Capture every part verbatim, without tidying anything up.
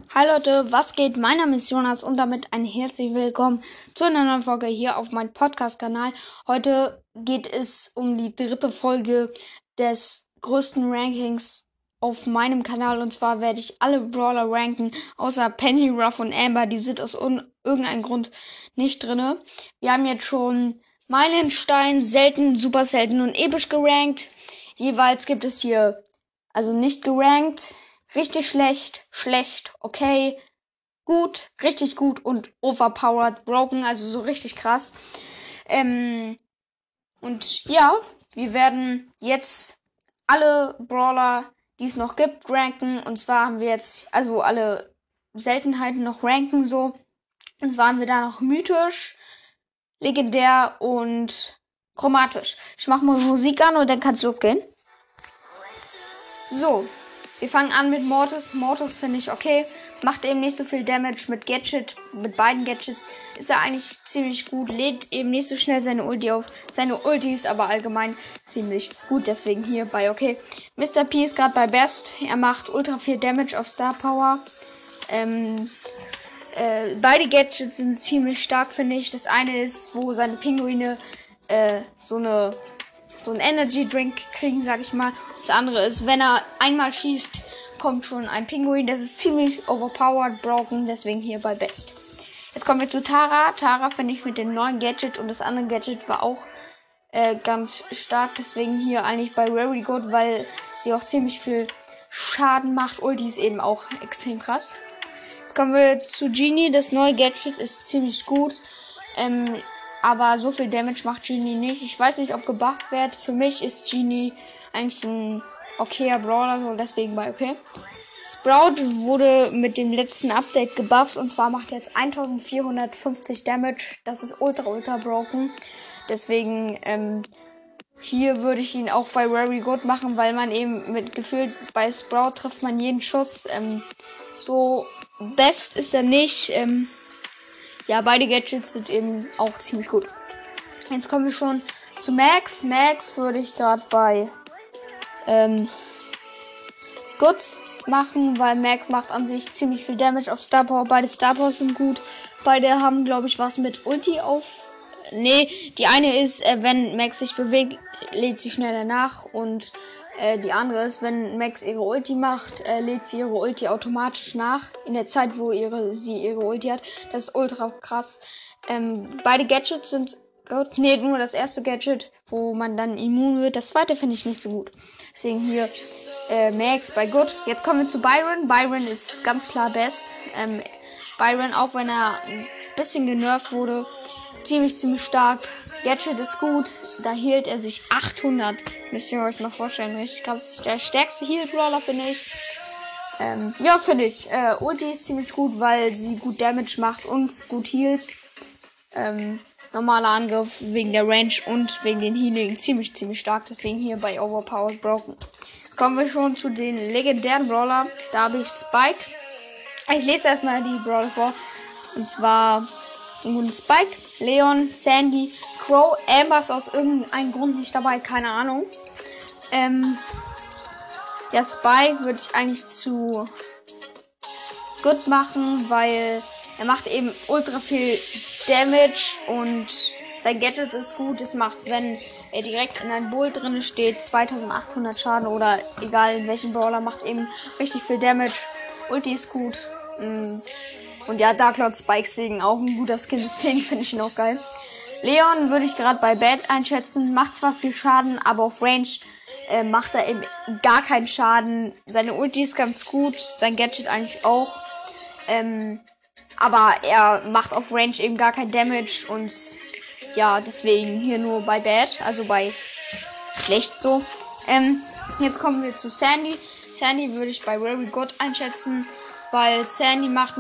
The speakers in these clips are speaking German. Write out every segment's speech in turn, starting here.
Hi Leute, was geht? Mein Name ist Jonas und damit ein herzlich willkommen zu einer neuen Folge hier auf meinem Podcast-Kanal. Heute geht es um die dritte Folge des größten Rankings auf meinem Kanal. Und zwar werde ich alle Brawler ranken, außer Penny, Ruff und Amber. Die sind aus irgendeinem Grund nicht drinne. Wir haben jetzt schon Meilenstein, selten, super selten und episch gerankt. Jeweils gibt es hier, also nicht gerankt, richtig schlecht, schlecht, okay, gut, richtig gut und overpowered, broken, also so richtig krass. Ähm, und ja, wir werden jetzt alle Brawler, die es noch gibt, ranken. Und zwar haben wir jetzt, also alle Seltenheiten noch ranken so. Und zwar haben wir da noch mythisch, legendär und chromatisch. Ich mache mal Musik an und dann kann's losgehen. So. Wir fangen an mit Mortis. Mortis finde ich okay. Macht eben nicht so viel Damage mit Gadget. Mit beiden Gadgets ist er eigentlich ziemlich gut. Lädt eben nicht so schnell seine Ulti auf. Seine Ulti ist aber allgemein ziemlich gut. Deswegen hier bei okay. Mister P ist gerade bei Best. Er macht ultra viel Damage auf Star Power. Ähm, äh, beide Gadgets sind ziemlich stark, finde ich. Das eine ist, wo seine Pinguine äh, so eine... so einen Energy Drink kriegen, sag ich mal. Das andere ist, wenn er einmal schießt, kommt schon ein Pinguin. Das ist ziemlich overpowered, broken, deswegen hier bei Best. Jetzt kommen wir zu Tara. Tara finde ich mit dem neuen Gadget und das andere Gadget war auch äh, ganz stark. Deswegen hier eigentlich bei Very Good, weil sie auch ziemlich viel Schaden macht. Ulti ist eben auch extrem krass. Jetzt kommen wir zu Genie. Das neue Gadget ist ziemlich gut. Ähm, Aber so viel Damage macht Genie nicht. Ich weiß nicht, ob gebufft wird. Für mich ist Genie eigentlich ein okayer Brawler, so deswegen bei okay. Sprout wurde mit dem letzten Update gebufft und zwar macht er jetzt eintausendvierhundertfünfzig Damage. Das ist ultra, ultra broken. Deswegen, ähm, hier würde ich ihn auch bei Very Good machen, weil man eben mit gefühlt bei Sprout trifft man jeden Schuss. Ähm, so best ist er nicht, ähm, Ja, beide Gadgets sind eben auch ziemlich gut. Jetzt kommen wir schon zu Max. Max würde ich gerade bei ähm, Good machen, weil Max macht an sich ziemlich viel Damage auf Star Power. Beide Star Power sind gut. Beide haben, glaube ich, was mit Ulti auf... Nee, die eine ist, äh, wenn Max sich bewegt, lädt sie schneller nach. Und äh, die andere ist, wenn Max ihre Ulti macht, äh, lädt sie ihre Ulti automatisch nach. In der Zeit, wo ihre, sie ihre Ulti hat. Das ist ultra krass. Ähm, beide Gadgets sind gut. Nee, nur das erste Gadget, wo man dann immun wird. Das zweite finde ich nicht so gut. Deswegen hier äh, Max bei Good. Jetzt kommen wir zu Byron. Byron ist ganz klar best. Ähm, Byron, auch wenn er ein bisschen genervt wurde, ziemlich, ziemlich stark. Gadget ist gut. Da hielt er sich achthundert. Müsst ihr euch mal vorstellen. Richtig krass. Das ist der stärkste Heal-Brawler, finde ich. Ähm, ja, finde ich. Äh, Ulti ist ziemlich gut, weil sie gut Damage macht und gut healt. Ähm, normaler Angriff wegen der Range und wegen den Healing ziemlich, ziemlich stark. Deswegen hier bei Overpowered Broken. Jetzt kommen wir schon zu den legendären Brawler. Da habe ich Spike. Ich lese erstmal die Brawler vor. Und zwar Spike, Leon, Sandy, Crow, Amber ist aus irgendeinem Grund nicht dabei, keine Ahnung. Ähm, ja, Spike würde ich eigentlich zu Good machen, weil er macht eben ultra viel Damage und sein Gadget ist gut. Es macht, wenn er direkt in einem Bull drin steht, zweitausendachthundert Schaden oder egal in welchem Brawler, macht eben richtig viel Damage. Ulti ist gut. Und ja, Dark Lord Spike Segen auch ein guter Skin, deswegen finde ich ihn auch geil. Leon würde ich gerade bei Bad einschätzen. Macht zwar viel Schaden, aber auf Range äh, macht er eben gar keinen Schaden. Seine Ulti ist ganz gut, sein Gadget eigentlich auch. Ähm, aber er macht auf Range eben gar kein Damage und ja, deswegen hier nur bei Bad, also bei schlecht so. Ähm, jetzt kommen wir zu Sandy. Sandy würde ich bei Very Good einschätzen, weil Sandy macht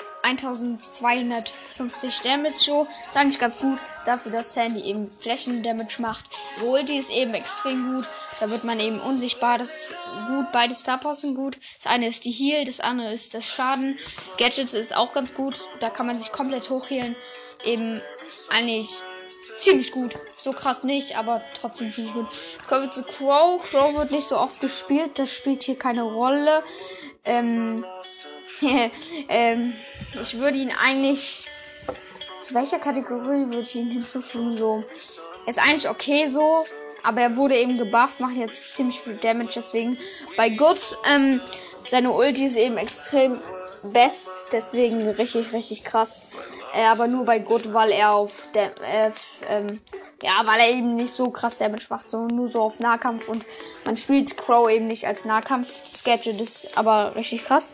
eintausendzweihundertfünfzig Damage so. Ist eigentlich ganz gut, dafür, dass Sandy eben Flächen-Damage macht. Ihre Ulti ist eben extrem gut. Da wird man eben unsichtbar. Das ist gut. Beide Star Powers sind gut. Das eine ist die Heal, das andere ist das Schaden. Gadgets ist auch ganz gut. Da kann man sich komplett hochhealen. Eben eigentlich ziemlich gut. So krass nicht, aber trotzdem ziemlich gut. Jetzt kommen wir zu Crow. Crow wird nicht so oft gespielt. Das spielt hier keine Rolle. Ähm... ähm, ich würde ihn eigentlich... Zu welcher Kategorie würde ich ihn hinzufügen? So, er ist eigentlich okay so, aber er wurde eben gebufft, macht jetzt ziemlich viel Damage, deswegen bei Good, ähm, seine Ulti ist eben extrem best, deswegen richtig, richtig krass. Äh, aber nur bei Good, weil er auf der, äh, ähm, ja, weil er eben nicht so krass Damage macht, sondern nur so auf Nahkampf und man spielt Crow eben nicht als Nahkampf. Das Gadget ist aber richtig krass.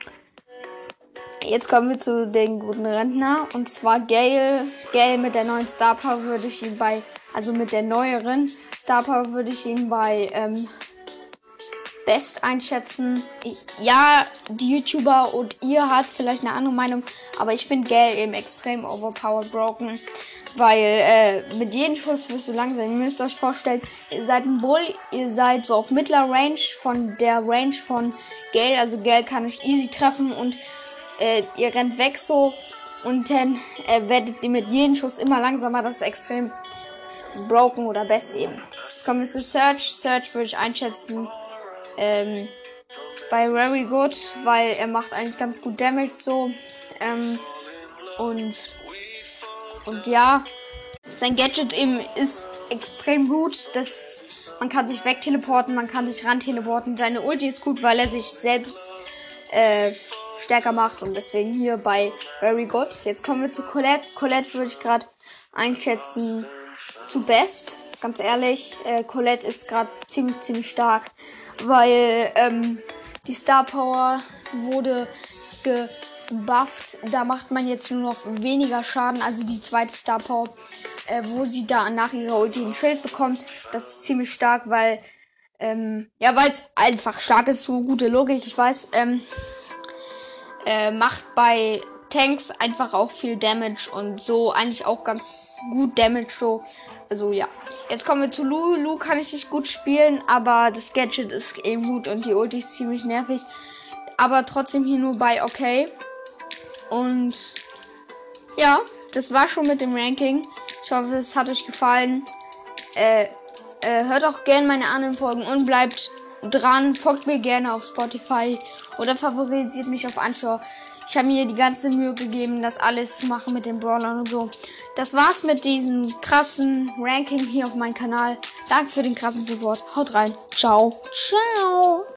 Jetzt kommen wir zu den guten Rentner. Und zwar Gale. Gale mit der neuen Star Power würde ich ihn bei, also mit der neueren Star Power würde ich ihn bei ähm, Best einschätzen. Ich, ja, die YouTuber und ihr habt vielleicht eine andere Meinung, aber ich finde Gale eben extrem overpowered broken. Weil äh, mit jedem Schuss wirst du langsam. Ihr müsst euch vorstellen, ihr seid ein Bull, ihr seid so auf mittlerer Range von der Range von Gale. Also Gale kann euch easy treffen und Äh, ihr rennt weg so und dann äh, werdet ihr mit jedem Schuss immer langsamer. Das ist extrem broken oder best eben. Jetzt kommen wir zu Search. Search würde ich einschätzen ähm, bei Very Good, weil er macht eigentlich ganz gut Damage so. Ähm, und und ja, sein Gadget eben ist extrem gut. Das, man kann sich wegteleporten, man kann sich ran teleporten. Seine Ulti ist gut, weil er sich selbst äh, stärker macht und deswegen hier bei Very Good. Jetzt kommen wir zu Colette. Colette würde ich gerade einschätzen zu Best. Ganz ehrlich, äh, Colette ist gerade ziemlich, ziemlich stark, weil ähm, die Star Power wurde gebufft. Da macht man jetzt nur noch weniger Schaden, also die zweite Star Power, äh, wo sie da nach ihrer Ulti ein Schild bekommt. Das ist ziemlich stark, weil ähm, ja, weil es einfach stark ist, so gute Logik, ich weiß, ähm, Äh, macht bei Tanks einfach auch viel Damage und so eigentlich auch ganz gut Damage so. Also ja. Jetzt kommen wir zu Lu. Lu kann ich nicht gut spielen, aber das Gadget ist eben gut und die Ulti ist ziemlich nervig. Aber trotzdem hier nur bei okay. Und ja, das war schon mit dem Ranking. Ich hoffe, es hat euch gefallen. Äh, äh, hört auch gerne meine anderen Folgen und bleibt dran, folgt mir gerne auf Spotify oder favorisiert mich auf Anchor. Ich habe mir die ganze Mühe gegeben, das alles zu machen mit den Brawlern und so. Das war's mit diesem krassen Ranking hier auf meinem Kanal. Danke für den krassen Support. Haut rein. Ciao. Ciao.